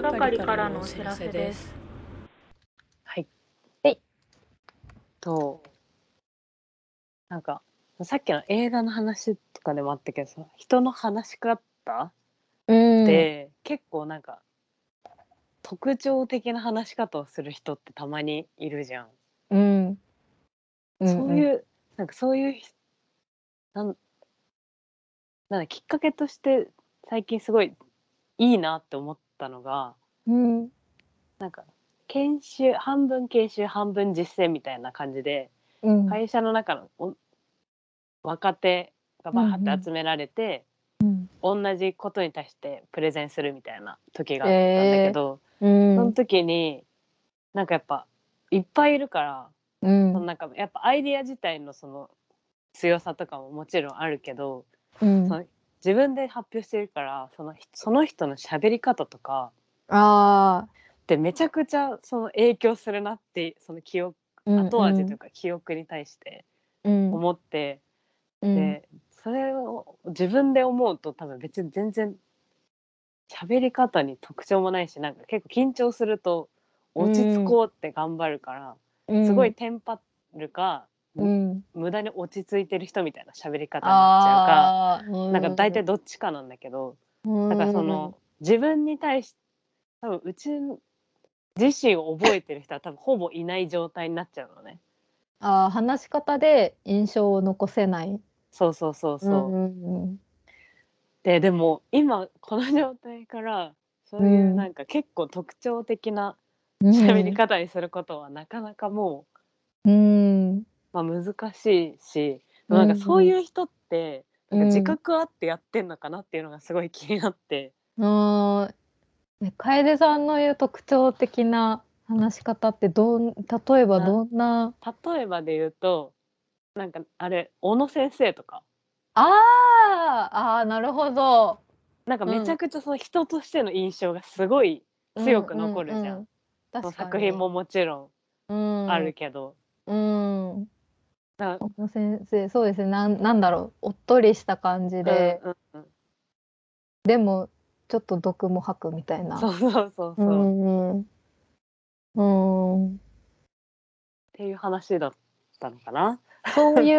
係からのお知らせです。 はい。 はい。 と、なんか、さっきの映画の話とかでもあったけどさ、人の話し方で、結構なんか、特徴的な話し方をする人ってたまにいるじゃん。 うんうんうんそういう、なんかそういうなんなんだきっかけとして最近すごいいいなって思ったのが、 うんなんか半分研修半分実践みたいな感じで、 うん会社の中の若手がバーって集められて、 うん同じことに対してプレゼンするみたいな時があったんだけえど、 ー、うんその時になんかやっぱいっぱいいるから、 うんそのなんかやっぱアイディア自体のその強さとかももちろんあるけど、 うんその自分で発表してるから、その人の喋り方とかあってめちゃくちゃその影響するなって、そのーうん後うん味というか記憶に対してうん思って、 うんでそれを自分で思うと多分別に全然喋り方に特徴もないし、なんか結構緊張すると落ち着こうって頑張るから、すごいテンパるか、 うん無駄に落ち着いてる人みたいな喋り方になっちゃうか、 あーなんか大うん体どっちかなんだけど、だからそうんの自分に対して多分うち自身を覚えてる人は多分ほぼいない状態になっちゃうのね。 話し方で印象を残せない。 そうそうそううんそう。 うんでも今この状態からそういううんなんか結構特徴的なうん喋り方にすることはなかなかもうんう、難しいし、 うなんかそうんいう人ってなんか自うん覚あってやってんのかなっていうのがすごい気になって。 あー楓さんの言う特徴的な話し方って例えばなどんな。 例えばで言うと、なんかあれ小野先生とか、 なるほど。 なんかめちうんゃくちゃその人としての印象がすごい強くうんうん残るじゃん。 うん。 その確かに。 作品ももちろんあうんるけど、 うん。 だ小野先生、そうですね。なんだろう。おっとりした感じで、 うんうん。 でもちょっと毒も吐くみたいな。 そうそうそううそう。っんうんうん。 ていう話だったのかな。 そういう、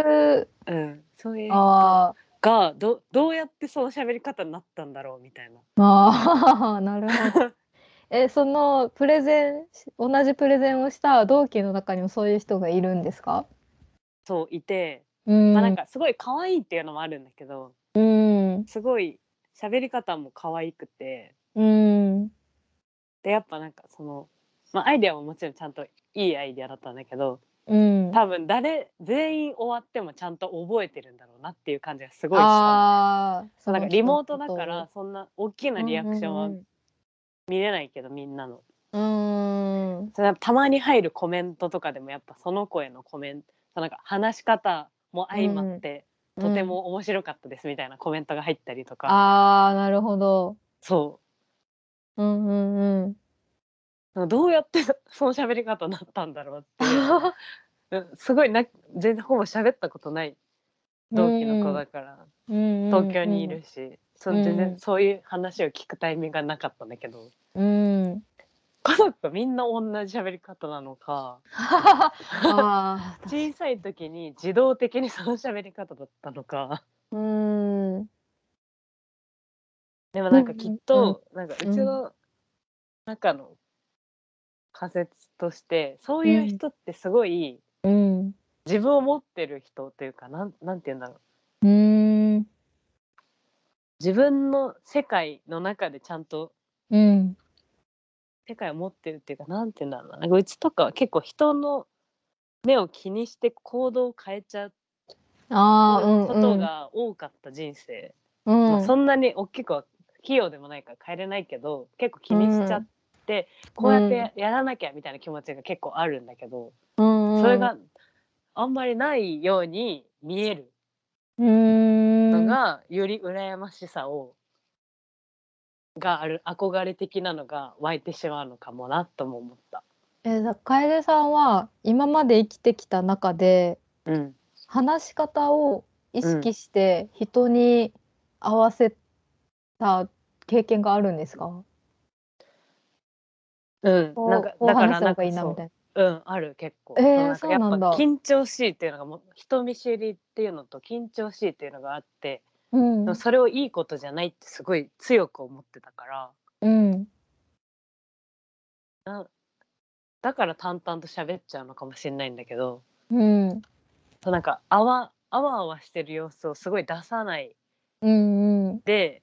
うん、そういう人あがどうやってその喋り方になったんだろうみたいな。 なるほど。その同じプレゼンをした同期の中にもそういう人がいるんですか？ そういて、 うん、うなんかすごい可愛いっていうのもあるんだけど、 ん、 すごい喋り方も可愛くて、 うん、 でやっぱなんかその、アイデアももちろんちゃんといいアイデアだったんだけど、 うん。 多分全員終わってもちゃんと覚えてるんだろうなっていう感じがすごいしたのね。 そなんかリの人のモートだかことを。 らそんな大きなリアうん、うクションはん、 見れないけど、みんなの。 うん。 それたまに入るコメントとかでもやっぱその子へのコメント、なんか話し方も相まっうん、 てとてうん。 も面白かったですみたいなコメントが入ったりとか、 なるほど。 そうん、うん、うん。 う、どうやってその喋り方になったんだろうっていうのが、すごい全然ほぼ喋ったことないう同期の子ん、 だから、 うん、 東京にいうん、 るし、 う全然ん、 そういう話を聞くタイミングがなかったんだけど、 うん。 家族がみんな同じ喋り方なのか、 確か小さい時に自動的にその喋り方だったのか。 に。うん、 でもうなんかきっん、うん、 となんかううん、 ちの中の仮説として、そういううん、 人ってすごいうん、 自分を持ってる人というか、なんて言うんだろう、 うん、 自分の世界の中でちゃんとうん。 世界を持ってるっていうか、なんて言うんだろうな、なんかうちとかは結構人の目を気にして行動を変えちゃううん、 ことうん、 が多かった人生。 うん、 そんなに大きくは器用でもないから変えれないけど、結構気うにしちゃっん、 て、こうやっうん、 てやらなきゃみたいな気持ちが結構あるんだけど、 うん、うん、 それがあんまりないように見えるうーん。 のが、より羨ましさがある、憧れ的なのが湧いてしまうのかもなとも思った。 楓さんは今まで生きてきた中で、 うん。 話し方を意うん。 識して人に合わせた経験があるんですか？ なんかこうだから話した方がいいなみたいな。 ある結構。なんかそうやっぱなんだ。 緊張しいっていうのがもう人見知りっていうのと緊張しいっていうのがあって、 うん。 でもそれをいいことじゃないってすごい強く思ってたから、 うん。 だから淡々と喋っちゃうのかもしれないんだけど、 うん。 なんかあわあわしてる様子をすごい出さないうんうん。 で、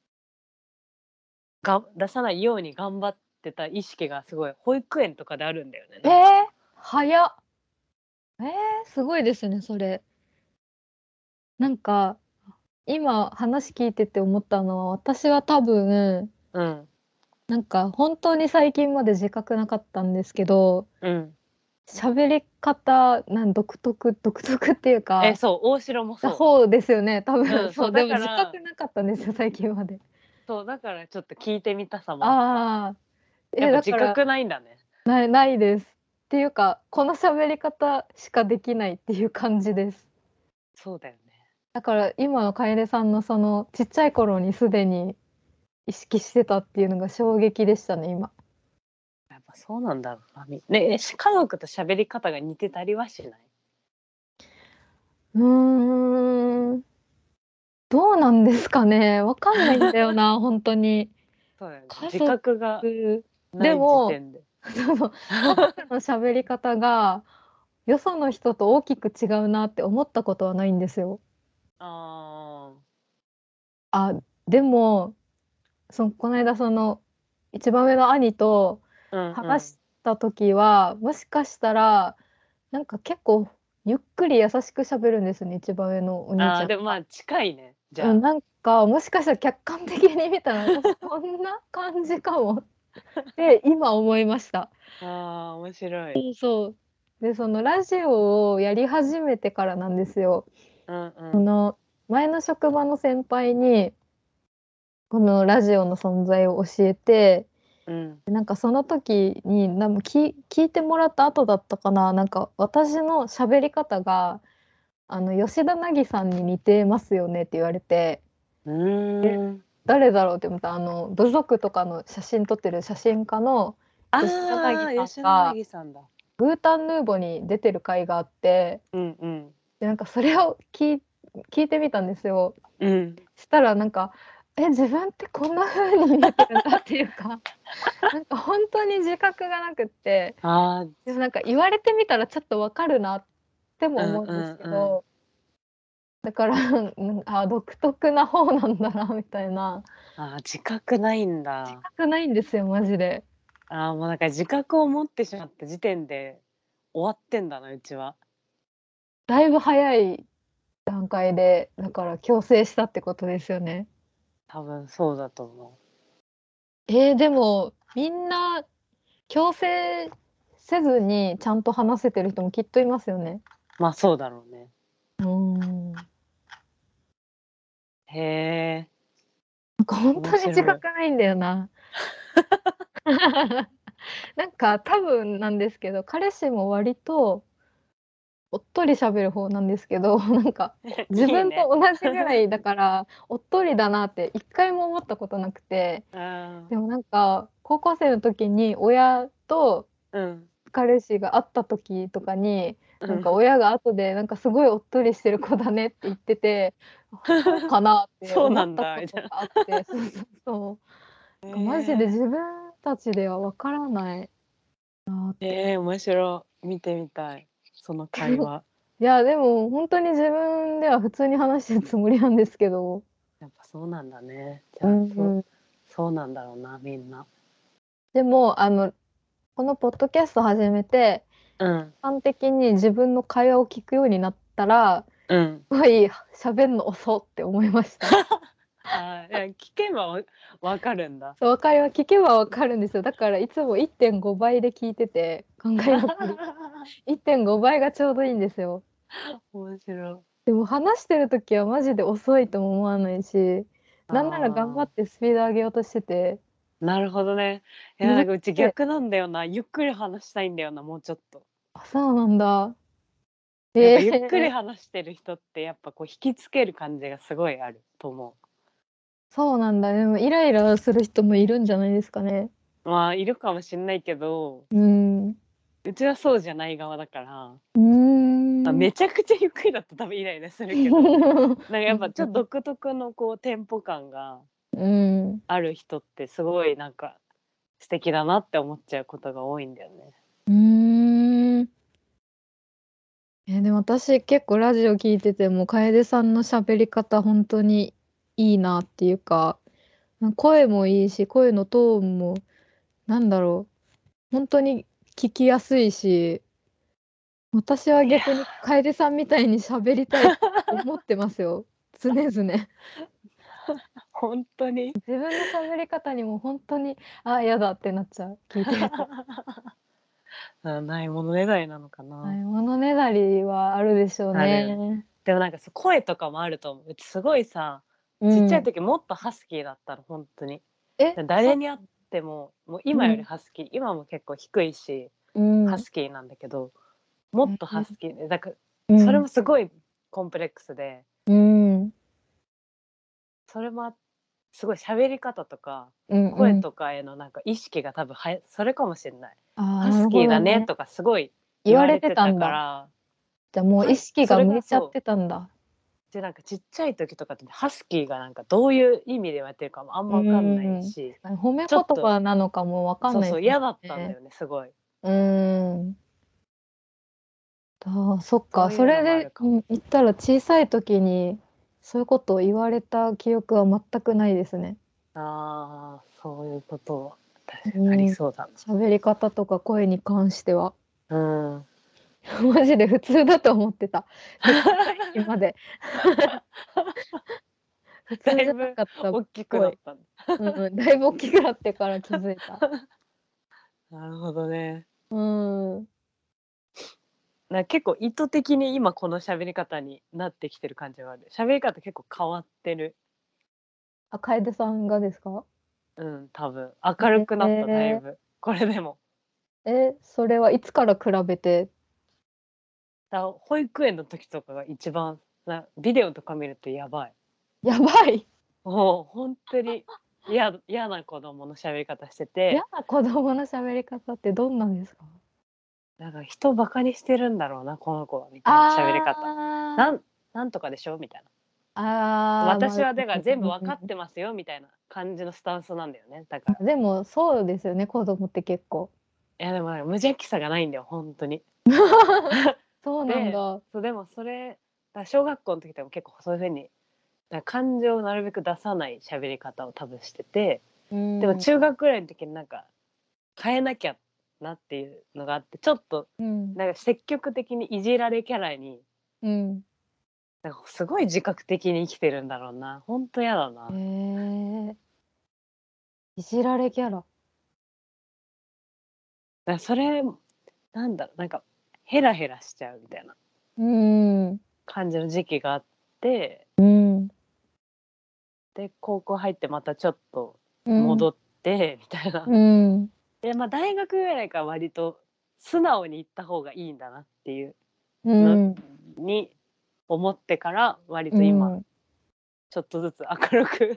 出さないように頑張ってた意識がすごい保育園とかであるんだよね、なんか。 早っ。すごいですね、それ。なんか、今話聞いてて思ったのは、私は多分、 うん。 なんか本当に最近まで自覚なかったんですけど、 うん。 喋り方、独特っていうか、 そう、大城もそ方ですよね、多分。 そう、 でだも自覚からなかったんですよ、最近まで。 だからちょっと聞いてみたさもあった。 ああ、 やっぱだから自覚ないんだね。 ないです。っていうか、この喋り方しかできないっていう感じです。 そうだよね。 だから今の楓さんのそのちっちゃい頃にすでに意識してたっていうのが衝撃でしたね、今。 やっぱそうなんだろうな。ね、家族と喋り方が似てたりはしない？ うーん、どうなんですかね。わかんないんだよな、本当に。 そうだよね。自家族覚がない時でも、 点で。 そう家族の喋り方がよその人と大きく違うなって思ったことはないんですよ。 ああ、でも、この間一番上の兄とあ、うんうん。 話した時は、もしかしたら、なんか結構ゆっくり優しく喋るんですね、一番上のお兄ああ、 ちゃんが。 でもまあ近いね、じうん、 ゃなんかもしかしたら客観的に見たら私こんな感じかもって今思いました。 あ。ああ、面白い。 そう。で、そのラジオをやり始めてからなんですよ。 うんうん。 その前の職場の先輩にこのラジオの存在を教えて、 うん。 なんかその時に聞いてもらった後だったかな、なんか私の喋り方が吉田凪さんに似てますよねって言われて、 うーん。 誰だろうって思ったら部族とかの写真撮ってる写真家の吉田凪ああ、 さん吉野が凪さんだ。 グータンヌーボに出てる回があって、 うんうん。 でなんかそれを聞いてみたんですよ。 うん。 したらなんか自分ってこんな風に見えてるんだっていうかなんか本当に自覚がなくって、 ああ、 でもなんか言われてみたらちょっとわかるなってもうん思うんですうんうん。 けど、だから独特な方なんだなみたいな。 ああ、自覚ないん自だ。 覚ないんですよ、マジで。 ああ、もうなんか自覚を持ってしまった時点で終わってんだな、うちは。 だいぶ早い段階で、だから強制したってことですよね。 多分そうだと思でもみんな強制せずにちゃんと話せてる人もきっといますよね。 う。まあそうだろうね。 うーん。なんへえ、 か本当に自面白い。 覚ないんだよな。なんか多分なんですけど、彼氏も割とおっとり喋る方なんですけど、なんか自分といいね。 同じぐらいだからおっとりだなって一回も思ったことなくて、 あでもなんか高校生の時に親とあ、うん、 彼氏が会った時とかに、なんかうん。 親が後でなんかすごいおっとりしてる子だねって言ってて、そうかなってそう思っなんだ、 たことみたいな。 があって、そうそうそう。 へなんかマジでえ。 自分たちではわからないなって。 面白い。見てみたい。その会話。 いや、でも本当に自分では普通に話してるつもりなんですけど。 やっぱそうなんだね。じうゃあ、 んうん。 そうなんだろうな、みんな。 でも、このポッドキャスト始めて、 うん、 一般的に自分の会話を聞くようになったら、 うん。 すごい喋るの遅って思いました。 ああ、いや、聞けばわかるんだ。 そう、会話聞けばわかるんですよ。だからいつも1.5倍で聞いてて、考えまくり。1.5倍がちょうどいいんですよ。 面白い。 でも話してる時はマジで遅いとも思わないし、なんなら頑張あってスピード上げようとしてて、 あ、なるほどね。いや、 自分なんかうちで、 逆なんだよな。ゆっくり話したいんだよな、もうちょっと。 あ、そうなんだ。 やっぱゆっくりええ、 話してる人ってやっぱこう引きつける感じがすごいあると思う。 そうなんだ。でもイライラする人もいるんじゃないですかね。 まあいるかもしんないけど、 うん。 うちはそうじゃない側だから、 うーん。 めちゃくちゃゆっくりだと多分イライラするけど、なんかやっぱちょっと独特のこうテンポ感がうん。 ある人ってすごいなんか素敵だなって思っちゃうことが多いんだよね。 うーん。でも私結構ラジオ聞いてても楓さんの喋り方本当にいいなっていうか、声もいいし声のトーンもなんだろう、本当に聞きやすいし、私はいや逆に楓さんみたいに喋りたいって思ってますよ。常々。 本当に。 自分の喋り方にも本当に、あ、嫌だってなっちゃう。聞いてると。 ないものねだりなのかな。 はい、物ねだりはあるでしょうある。 ね。 でもなんか声とかもあると思う。うちすごいさ、ちっちゃいうん。 時もっとハスキーだったの本当に。 え、 誰に会っても、もう今よりうん。 ハスキー、今も結構低いし、 うん。 ハスキーなんだけど、もっとハえスキーで、だからそれうん。 もすごいコンプレックスで、 うん。 それもすごい喋り方とか、 うんうん。 声とかへのなんか意識が多分それかもしれない。 ああ、 ハなるスキーだねほどね。 とかすごい言わ言われてれてたかたんだ。 ら、 じゃあもう意識それが向がそう。 いちゃってたんだ。 でなんかちっちゃい時とかってハスキーがなんかどういう意味で言われてるかもあんうま分かんないん。 し、 褒め言ちょっと葉なのかもわかんそうないですもんそう嫌だったんだね。 よねすごい。 うん。ああ、そっか。 そういうのそれで、 もあるかも。 言ったら小さい時にそういうことを言われた記憶は全くないですね。 ああ、そういうことは確かにありうん。 そうだ喋り方とか声に関しては。 な。うん。 マジで普通だと思ってた。つい最近まで。普通じゃなだいぶかったっ大きくぽい。 なったんだ。 うん、だいぶ大きくなってから気づいた。 なるほどね。 うん。 結構意図的に今この喋り方になってきてる感じはある。喋り方結構変わってる。 あ、楓さんがですか？ うん、多分明るくなっただいえぶ。これでも。 それはいつから比べて？ 保育園の時とかが一番ビデオとか見るとやばい。 やばい。 もう本当に嫌な子供の喋り方してて、 嫌な子供の喋り方ってどんなんですか？ なんか人をバカにしてるんだろうなこの子はみたいな喋り方。 あなんとかでしょみたいな。 あ、まあ、 私はだから全部分かってますよみたいな感じのスタンスなんだよね。だから。 でもそうですよね、子供って結構。 いやでもなんか無邪気さがないんだよ本当に。 そうなんで、 だ。 でもそれ小学校の時でも結構そういう風に感情をなるべく出さない喋り方を多分してて、でもうん、 中学ぐらいの時になんか変えなきゃなっていうのがあって、ちょっとうん、 なんか積極的にいじられキャラに、 うん。 なんかすごい自覚的に生きてるんだろうな。ほんとやだな。 いじられキャラ。 それなんだろう、なんかヘラヘラしちゃうみたいなうん、 感じの時期があって、 うん、 で高校入ってまたちょっとうん、 戻ってみたいな。 うん、 でまあ大学ぐらいから割と素直に言った方がいいんだなっていうのうん、 に思ってから割と今うん。 ちょっとずつ明るく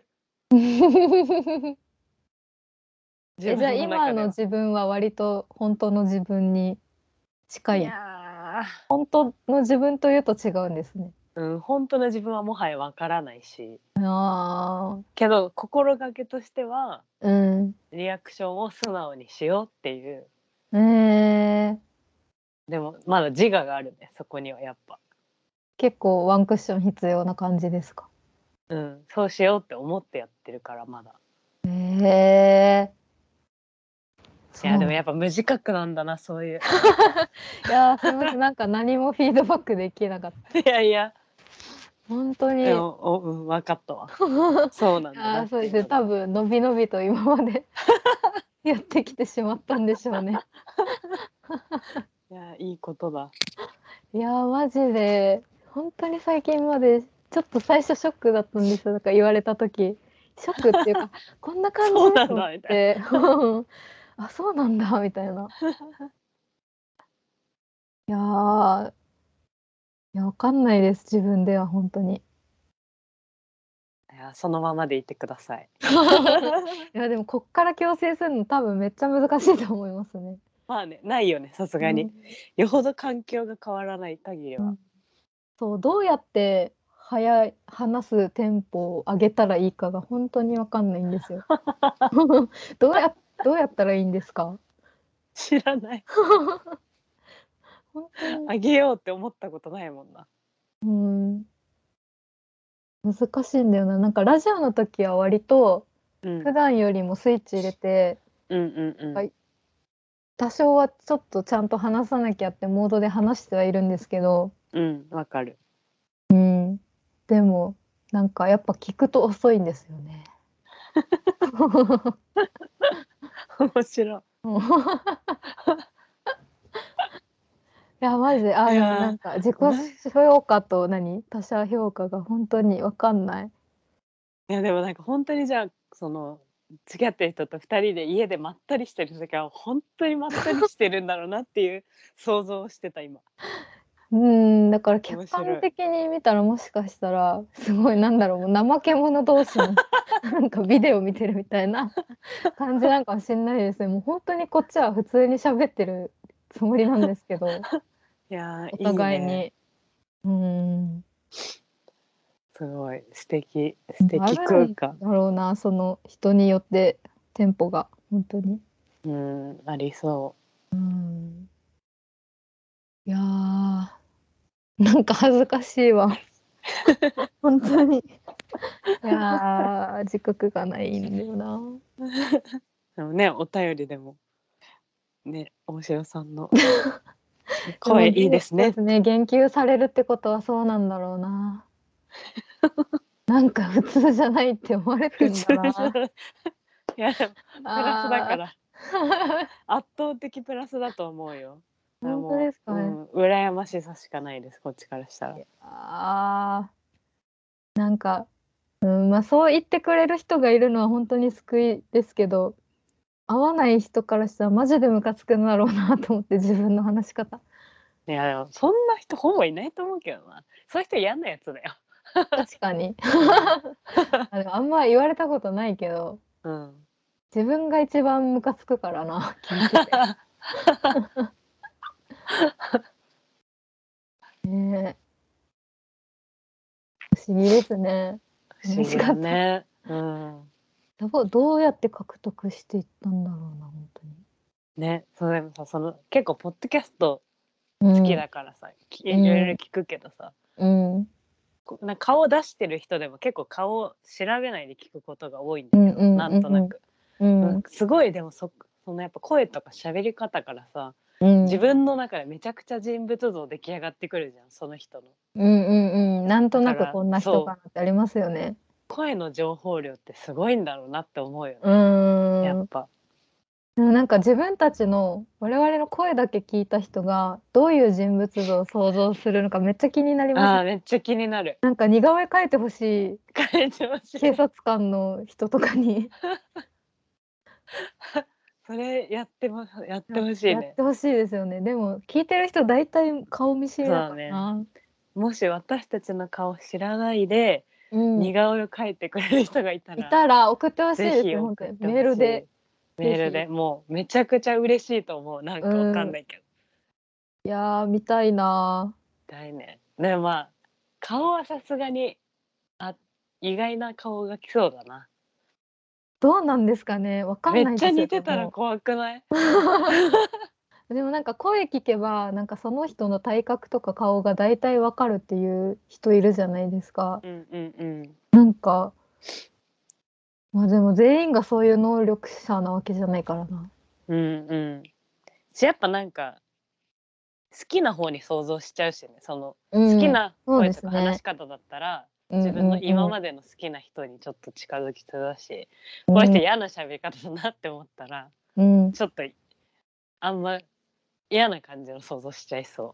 自じゃあ分の今中では。 の自分は割と本当の自分に近いい。 や本当の自分というと違うんですね。 うん、本当の自分はもはやわからないし、 ああ、 けど心がけとしてはうん。 リアクションを素直にしようっていう。 ええ、 でもまだ自我があるねそこにはやっぱ。 結構ワンクッション必要な感じですか？ うん、そうしようって思ってやってるからまだ。 ええ、 いやでそう。 もやっぱ無自覚なんだなそういう。 いや、すいません、なんか何もフィードバックできなかった。 いやいや、 本当に。いでも分かったわ。そうなんだなや、 っそうですね、 て今の。 多分のびのびと今までやってきてしまったんでしょうね。 いやいいことだ。 いや、マジで、本当に最近まで、ちょっと最初ショックだったんですよ、なんか言われた時。ショックっていうか、こんな感じそうなんと思っだみたいて、あ、そうなんだみたいな。いやー、いや、わかんないです、自分では本当に。 いやそのままでいてください。 いやでもこっから矯正するの多分めっちゃ難しいと思いますね。 まあね、ないよね、さすがに。よほど環境が変わらない限りは。 そう、どうやって話すテンポを上げたらいいかが本当にわかんないんですよ。どうやどうやったらいいんですか？ 知らない。 本当に。 あげようって思ったことないもんな。 難しいんだよな。なんかラジオの時は割と普段よりもスイッチ入れて、多少はちょっとちゃんと話さなきゃってモードで話してはいるんですけど、 わかる。 でもなんかやっぱ聞くと遅いんですよね。 面白い。 いやマジで、でもなんか自己評価と他者評価が本当にわかんない。 いやでもなんか本当にじゃあその付き合ってる人と2人で家でまったりしてる時は本当にまったりしてるんだろうなっていう想像をしてた今。 だから客観的に見たらもしかしたらすごいなんだろう、もう怠け者同士のなんかビデオ見てるみたいな感じなんかもしれないですね。もう本当にこっちは普通に喋ってるつもりなんですけど、 いやお互いに。 いいね。すごい素敵空間。 だろうな、その人によってテンポが本当に。 ありそう。 いやなんか恥ずかしいわ。本当に。いや自覚がないんだよな。 でもね、お便りでもね、大城さんの声いいですね。 そうですね、言及されるってことはそうなんだろうな。なんか普通じゃないって思われてんだな。 いやでもプラスだから圧倒的プラスだと思うよ。 本当ですかね。 羨ましさしかないです、こっちからしたら。 なんか、まあそう言ってくれる人がいるのは本当に救いですけど、合わない人からしたらマジでムカつくんだろうなと思って、自分の話し方。 いやでもそんな人ほぼいないと思うけどな。そういう人嫌なやつだよ。 確かに。でもあんま言われたことないけど、自分が一番ムカつくからな、聞いてて。ねえ。不思議ですね。 不思議だね。 どうやって獲得していったんだろうな、本当に。 ね、そうでもさ、結構ポッドキャスト好きだからさ、いろいろ聞くけどさ、なんか顔を出してる人でも結構顔を調べないで聞くことが多いんだけど、なんとなく。すごいでもそのやっぱ声とか喋り方からさ、自分の中でめちゃくちゃ人物像出来上がってくるじゃん、その人の。 なんとなくこんな人かなってありますよね。 声の情報量ってすごいんだろうなって思うよね、やっぱ。 でもなんか自分たちの我々の声だけ聞いた人がどういう人物像を想像するのかめっちゃ気になります。 めっちゃ気になる。 なんか似顔絵描いてほしい。 描いてほしい。 警察官の人とかにそれやってほしいね。 やってほしいですよね。でも聞いてる人大体顔見知りだからな。 もし私たちの顔知らないで、似顔絵を描いてくれる人がいたら送ってほしいですよ、本当に。メールで。 メールでもうめちゃくちゃ嬉しいと思う。なんかわかんないけど。 いやー見たいな。 見たいね。でもまあ顔はさすがに意外な顔が来そうだな。 どうなんですかね、わかんないですよ。 めっちゃ似てたら怖くない？ でもなんか声聞けばなんかその人の体格とか顔が大体わかるっていう人いるじゃないですか。なんかまあでも全員がそういう能力者なわけじゃないからな。 やっぱなんか好きな方に想像しちゃうしね。好きな声とか話し方だったら、自分の今までの好きな人にちょっと近づきそうだし、この人嫌な喋り方だなって思ったら、ちょっとあんま嫌な感じの想像しちゃいそう、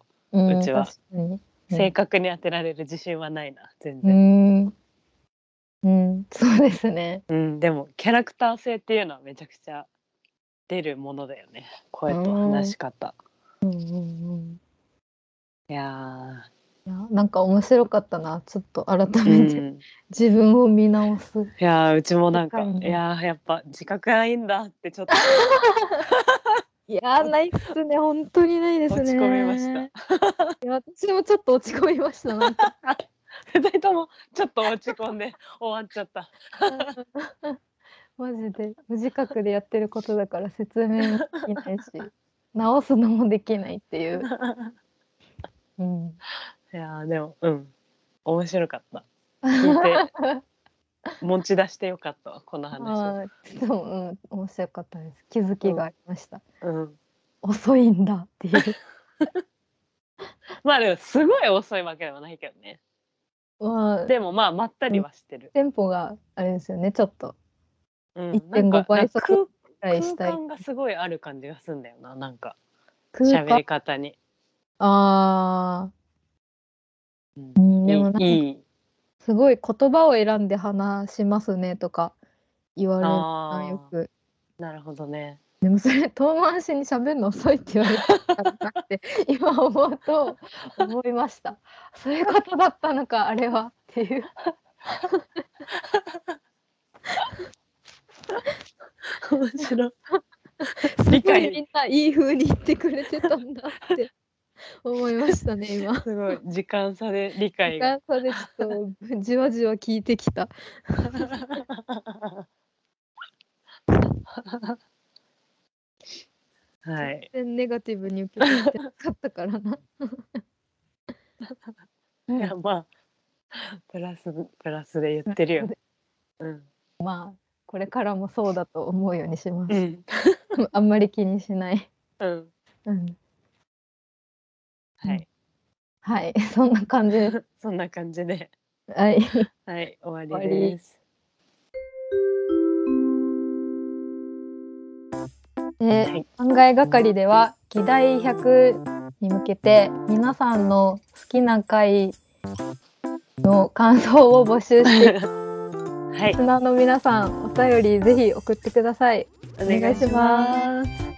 うちは。正確に当てられる自信はないな、全然。 そうですね。 でもキャラクター性っていうのはめちゃくちゃ出るものだよね、声と話し方。いやいや、なんか面白かったな。ちょっと改うめてん、 自分を見直す。 いやーうちもなんか深いねいやーやっぱ自覚ないんだってちょっといや、ないっすね。本当にないですね。 落ち込みました。 いや、私もちょっと落ち込みました。なんか。 2人ともちょっと落ち込んで終わっちゃった。 マジで無自覚でやってることだから説明もできないし、直すのもできないっていう。うん。 いやーでも面白かった。聞いて持ち出してよかったわこの話。 はい、そう、面白かったです。気づきがありました。遅いんだっていう。 まあでもすごい遅いわけではないけどね。 まあ、 でもまあまったりはしてる。 テンポがあれですよね、ちょっと。 なん 1.5 か倍速ぐらいし空たい。 間がすごいある感じがするんだよな、なんか空間、 喋り方に。 ああ、でもなんかいい。 すごい言葉を選んで話しますねとか言われるな、よあく。 あ、なるほどね。 でもそれ遠回しに喋るの遅いって言われてたなって今思うと思いました。そういうことだったのかあれはっていう。 面白い。 す理解ごいみんないい風に言ってくれてたんだって思いましたね今。 すごい時間差で理解が。 時間差でちょっとじわじわ聞いてきた。 はい。 全然ネガティブに受け取ってなかったからな。 いやまあプラスで言ってるよ。 まあこれからもそうだと思うようにします。 うん。 あんまり気にしない。 うん。 うん。 はい。 はい、そんな感じです。 そんな感じで。 はい。 はい、終わり終わり。 です。 で、考えがかりでは議題100に向けて皆さんの好きな回の感想を募集してはい。 リスナーの皆さんお便りぜひ送ってください。 お願いします。